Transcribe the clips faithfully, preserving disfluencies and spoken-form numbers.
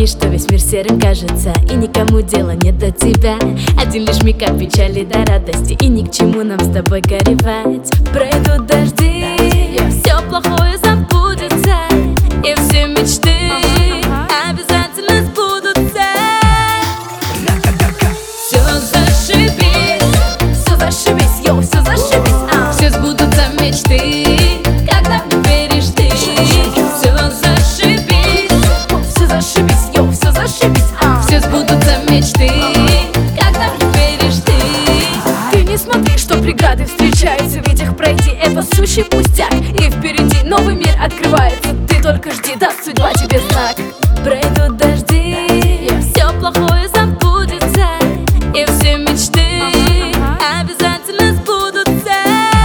пойми, что весь мир серым кажется, и никому дела нет до тебя. Один лишь миг от печали до радости, и ни к чему нам с тобой горевать. Пройдут дожди, все плохое забудется, и все мечты обязательно сбудутся. Все зашибись, все зашибись, йоу, все зашибись, а. Все сбудутся мечты, когда веришь ты. Все зашибись, все зашибись, йоу, все зашибись, а. Все сбудутся мечты, когда веришь ты. Ты не смотри, что преграды встречаются, ведь их пройти — это сущий пустяк. И впереди новый мир открывается, ты только жди, даст судьба тебе знак. Пройдут дожди, все плохое забудется, и все мечты обязательно сбудутся.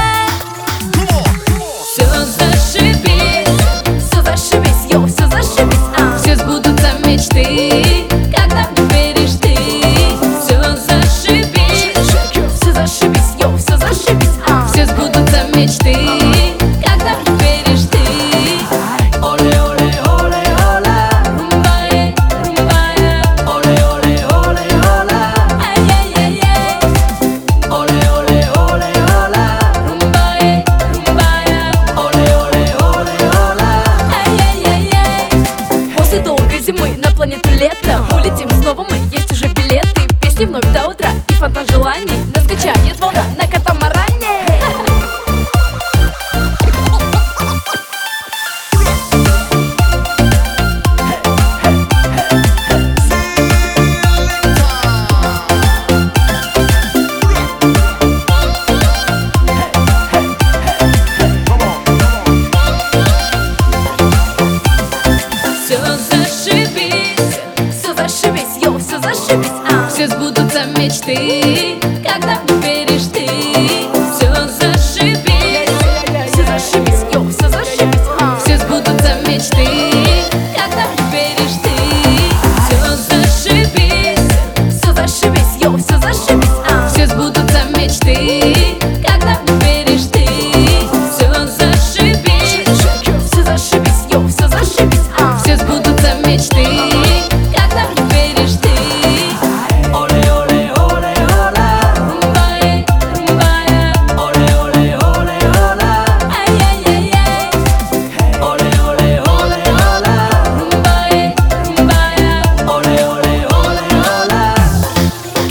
Все зашибись, все зашибись, йоу, все зашибись, а. Все сбудутся мечты, когда веришь ты. Все зашибись, все зашибись, йоу, все зашибись, а. Все сбудутся мечты, когда веришь ты. Оле, оле, оле, оле, румбае, румбае. Оле, оле, оле, оле, ай-яй-яй-яй. Оле, оле, оле, оле, румбае, румбае. Оле, оле, оле, оле, ай-яй-яй-яй. После долгой зимы на планету лето улетим снова мы, есть уже билеты. Песни вновь до утра и фонтан желаний. Нас качает волна на катамаране. Все зашибись, все зашибись, йоу, все зашибись, а. Все сбудутся мечты, когда веришь ты. Все зашибись, все зашибись, йоу, все зашибись, а. Все сбудутся мечты, когда веришь ты. Все зашибись, все зашибись, йоу, все зашибись, а. Все сбудутся мечты.